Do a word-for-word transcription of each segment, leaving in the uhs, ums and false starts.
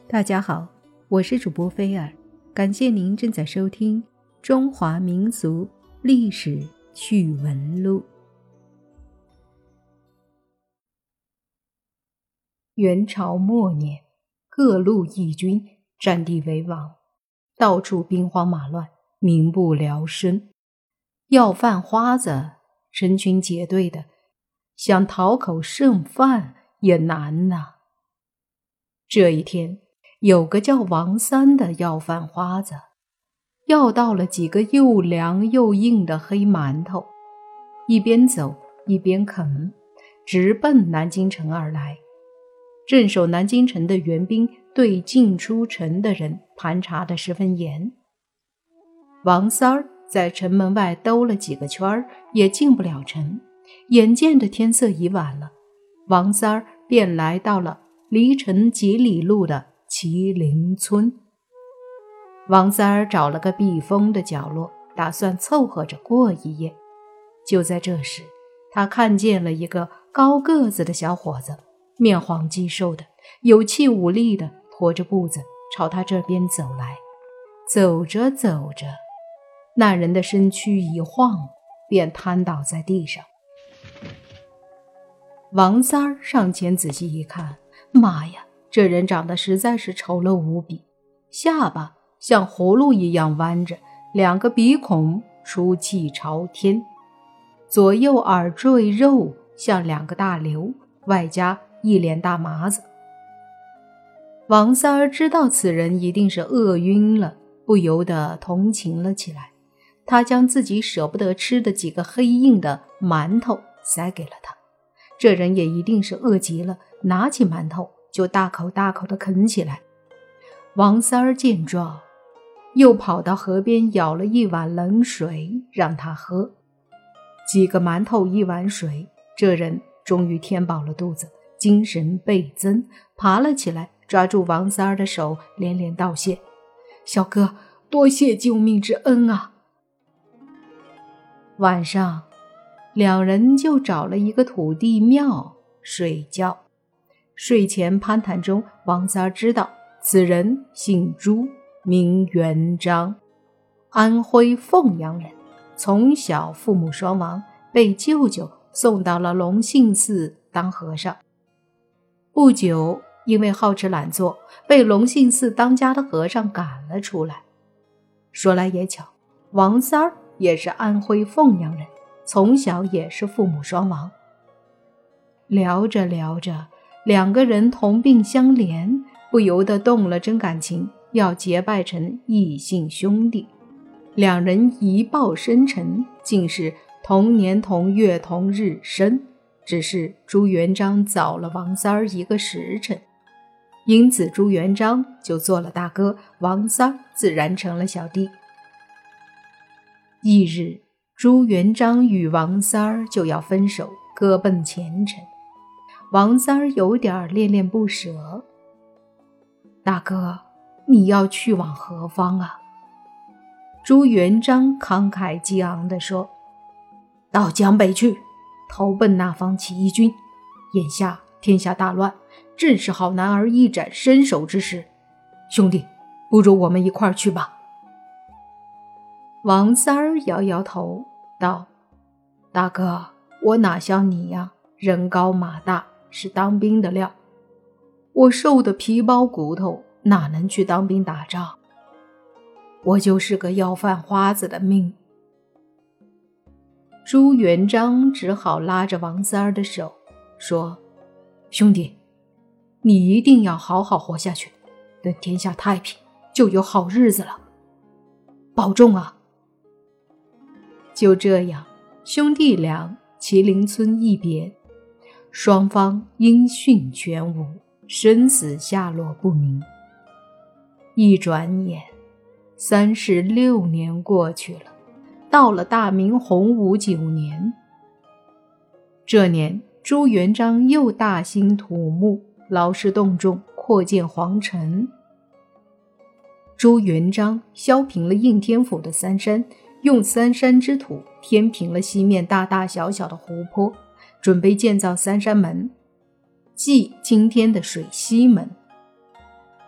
大家好，我是主播菲尔，感谢您正在收听《中华民俗历史趣闻录》。元朝末年，各路义军占地为王，到处兵荒马乱，民不聊生。要饭花子成群结队的，想讨口剩饭也难呐。这一天，有个叫王三的要饭花子，要到了几个又凉又硬的黑馒头，一边走一边啃，直奔南京城而来。镇守南京城的援兵对进出城的人盘查得十分严。王三儿在城门外兜了几个圈也进不了城，眼见着天色已晚了，王三儿便来到了离城几里路的麒麟村。王三儿找了个避风的角落，打算凑合着过一夜。就在这时，他看见了一个高个子的小伙子，面黄肌瘦的，有气无力的拖着步子朝他这边走来。走着走着，那人的身躯一晃，便瘫倒在地上。王三儿上前仔细一看，妈呀，这人长得实在是丑陋无比，下巴像葫芦一样弯着，两个鼻孔出气朝天，左右耳坠肉像两个大瘤，外加一脸大麻子。王三儿知道此人一定是饿晕了，不由得同情了起来。他将自己舍不得吃的几个黑硬的馒头塞给了他，这人也一定是饿极了，拿起馒头就大口大口地啃起来。王三儿见状，又跑到河边舀了一碗冷水让他喝。几个馒头一碗水，这人终于填饱了肚子，精神倍增，爬了起来，抓住王三儿的手，连连道谢：小哥，多谢救命之恩啊。晚上，两人就找了一个土地庙睡觉。睡前攀谈中，王三儿知道此人姓朱，名元璋，安徽凤阳人，从小父母双亡，被舅舅送到了隆信寺当和尚。不久，因为好吃懒做，被隆信寺当家的和尚赶了出来。说来也巧，王三儿也是安徽凤阳人，从小也是父母双亡。聊着聊着，两个人同病相怜，不由得动了真感情，要结拜成异姓兄弟。两人一报生辰，竟是同年同月同日生，只是朱元璋早了王三儿一个时辰，因此朱元璋就做了大哥，王三儿自然成了小弟。翌日，朱元璋与王三儿就要分手，各奔前程。王三儿有点恋恋不舍：大哥，你要去往何方啊？朱元璋慷慨激昂地说：到江北去，投奔那方起义军。眼下天下大乱，正是好男儿一展身手之时。兄弟，不如我们一块儿去吧。王三儿摇摇头道：大哥，我哪像你呀，人高马大，是当兵的料。我瘦得皮包骨头，哪能去当兵打仗？我就是个要饭花子的命。朱元璋只好拉着王三儿的手说：兄弟，你一定要好好活下去，等天下太平，就有好日子了。保重啊。就这样，兄弟俩麒麟村一别，双方音讯全无，生死下落不明。一转眼，三十六年过去了，到了大明洪武九年。这年，朱元璋又大兴土木，劳师动众，扩建皇城。朱元璋削平了应天府的三山，用三山之土填平了西面大大小小的湖泊，准备建造三山门，即今天的水西门。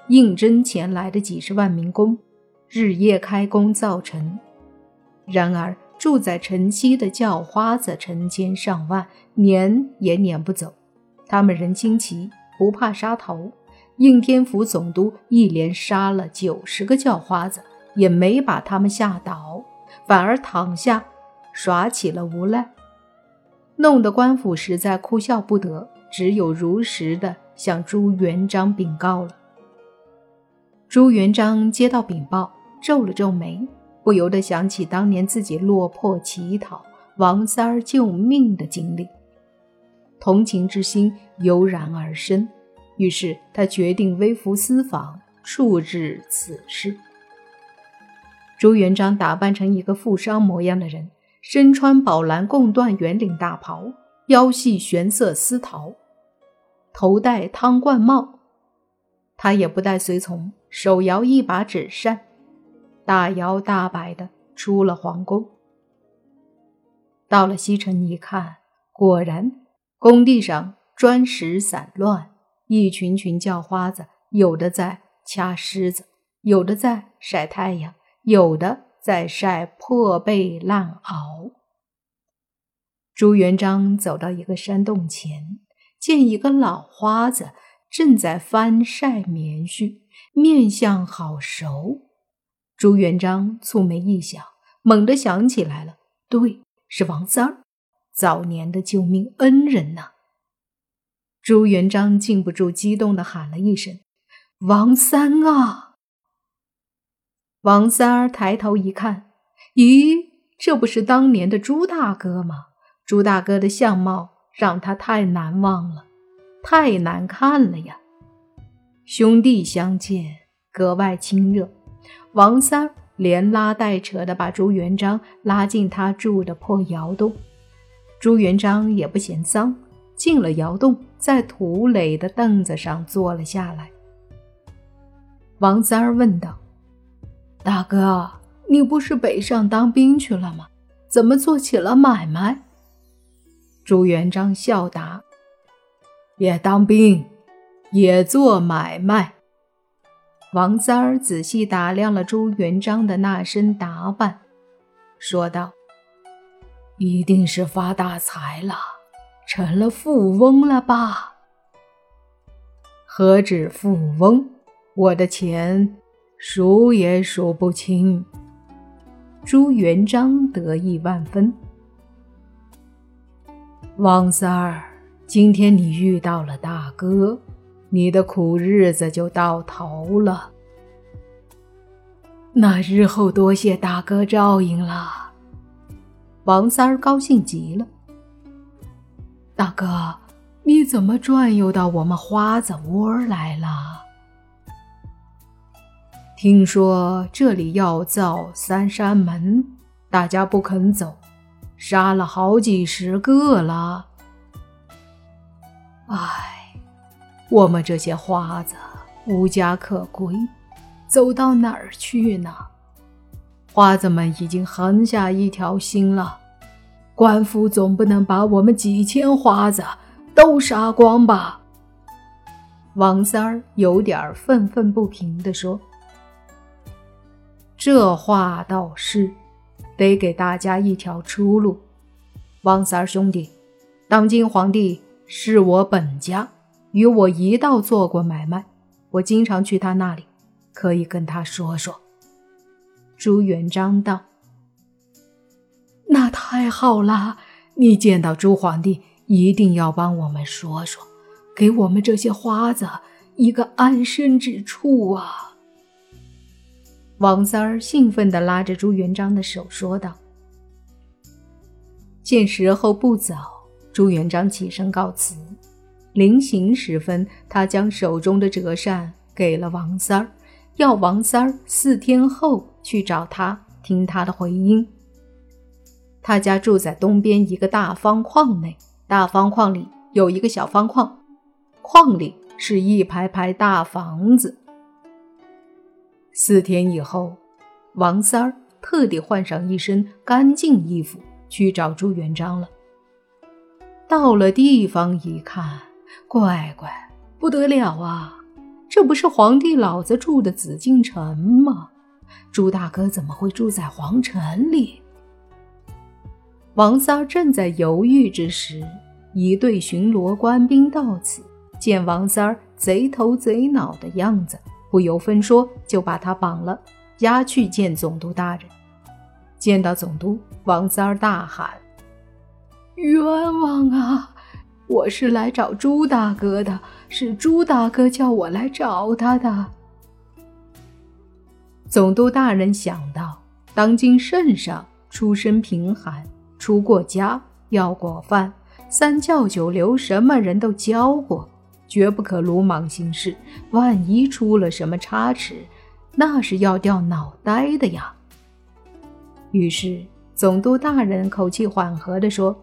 应征前来的几十万民工，日夜开工造成。然而住在城西的叫花子成千上万，撵也撵不走。他们人轻骑，不怕杀头。应天府总督一连杀了九十个叫花子，也没把他们吓倒，反而躺下耍起了无赖，弄得官府实在哭笑不得，只有如实的向朱元璋禀告了。朱元璋接到禀报，皱了皱眉，不由得想起当年自己落魄乞讨王三儿救命的经历，同情之心油然而生，于是他决定微服私访，处置此事。朱元璋打扮成一个富商模样的人，身穿宝蓝贡缎圆领大袍，腰系玄色丝绦，头戴汤冠帽。他也不带随从，手摇一把纸扇，大摇大摆地出了皇宫。到了西城一看，果然工地上砖石散乱，一群群叫花子，有的在掐虱子，有的在晒太阳，有的在晒破被烂袄。朱元璋走到一个山洞前，见一个老花子正在翻晒棉絮，面相好熟。朱元璋蹙眉一想，猛地想起来了，对，是王三儿，早年的救命恩人呐、啊！朱元璋禁不住激动地喊了一声：“王三啊！”王三儿抬头一看，咦，这不是当年的朱大哥吗？朱大哥的相貌让他太难忘了，太难看了呀！兄弟相见，格外亲热。王三儿连拉带扯地把朱元璋拉进他住的破窑洞。朱元璋也不嫌脏，进了窑洞，在土垒的凳子上坐了下来。王三儿问道：“大哥，你不是北上当兵去了吗？怎么做起了买卖？”朱元璋笑答：“也当兵，也做买卖。”王三儿仔细打量了朱元璋的那身打扮，说道：“一定是发大财了，成了富翁了吧？”“何止富翁，我的钱数也数不清。”朱元璋得意万分。王三儿，今天你遇到了大哥，你的苦日子就到头了。那日后多谢大哥照应了。王三儿高兴极了。大哥，你怎么转悠到我们花子窝来了？听说这里要造三山门，大家不肯走，杀了好几十个了。唉，我们这些花子无家可归，走到哪儿去呢？花子们已经横下一条心了，官府总不能把我们几千花子都杀光吧？王三儿有点愤愤不平地说：“这话倒是，得给大家一条出路。王三儿兄弟，当今皇帝是我本家，与我一道做过买卖，我经常去他那里，可以跟他说说。”朱元璋道：“那太好了，你见到朱皇帝一定要帮我们说说，给我们这些花子一个安身之处啊！”王三儿兴奋地拉着朱元璋的手说道。见时候不早，朱元璋起身告辞。临行时分，他将手中的折扇给了王三儿，要王三儿四天后去找他，听他的回音。他家住在东边一个大方框内，大方框里有一个小方框，框里是一排排大房子。四天以后，王三儿特地换上一身干净衣服去找朱元璋了。到了地方一看，乖乖不得了啊，这这不是皇帝老子住的紫禁城吗？朱大哥怎么会住在皇城里？王三儿正在犹豫之时，一队巡逻官兵到此，见王三儿贼头贼脑的样子，不由分说就把他绑了，押去见总督大人。见到总督，王三儿大喊：冤枉啊！我是来找朱大哥的，是朱大哥叫我来找他的。总督大人想到，当今圣上出身贫寒，出过家，要过饭，三教九流什么人都教过，绝不可鲁莽行事，万一出了什么差池，那是要掉脑袋的呀。于是总督大人口气缓和地说：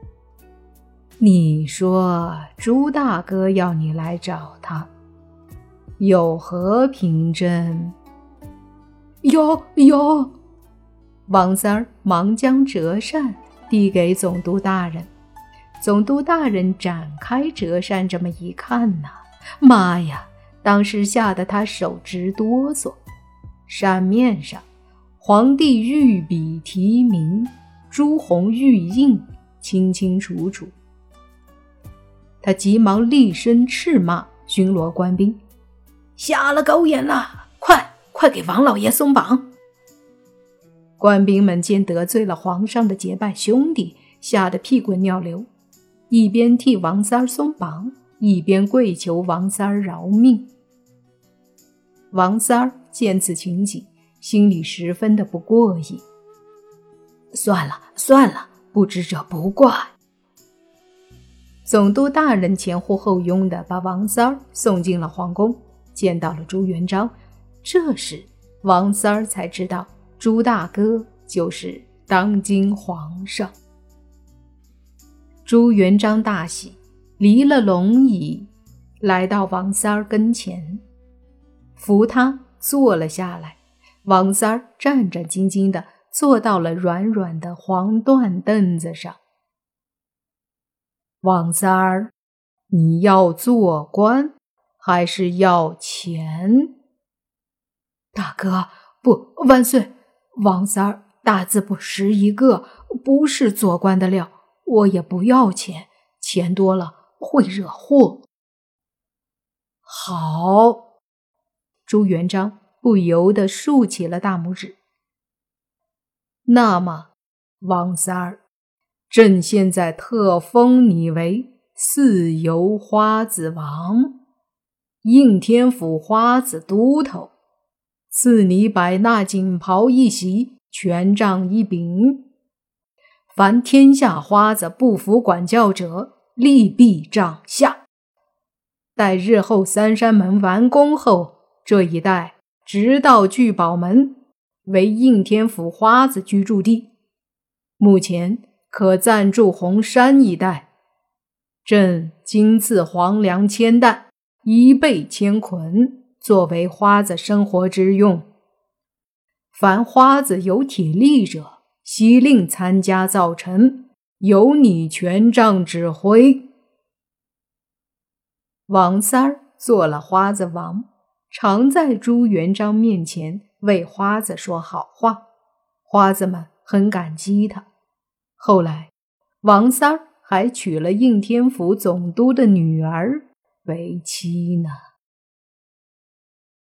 你说朱大哥要你来找他，有何凭证？有有。王三儿忙将折扇递给总督大人。总督大人展开折扇，这么一看呐，妈呀，当时吓得他手直哆嗦。扇面上皇帝御笔题名，朱红玉印，清清楚楚。他急忙厉声斥骂巡逻官兵：瞎了狗眼了，快快给王老爷松绑！官兵们见得罪了皇上的结拜兄弟，吓得屁滚尿流，一边替王三儿松绑，一边跪求王三儿饶命。王三儿见此情景，心里十分的不过瘾。算了算了，不知者不怪。总督大人前呼后拥的把王三儿送进了皇宫，见到了朱元璋。这时王三儿才知道朱大哥就是当今皇上。朱元璋大喜，离了龙椅，来到王三儿跟前，扶他坐了下来。王三儿战战兢兢地坐到了软软的黄缎凳子上。王三儿，你要做官还是要钱？大哥，不，万岁！王三儿大字不识一个，不是做官的料，我也不要钱，钱多了会惹祸。好，朱元璋不由得竖起了大拇指。那么，王三儿，朕现在特封你为四游花子王，应天府花子都头，赐你百纳锦袍一袭，权杖一柄。凡天下花子不服管教者，立毙杖下。待日后三山门完工后，这一带直到聚宝门，为应天府花子居住地。目前可暂住红山一带。朕今赐黄粮千担，一倍千捆，作为花子生活之用。凡花子有体力者，悉令参加造成，由你权杖指挥。王三儿做了花子王，常在朱元璋面前为花子说好话，花子们很感激他。后来王三儿还娶了应天府总督的女儿为妻呢。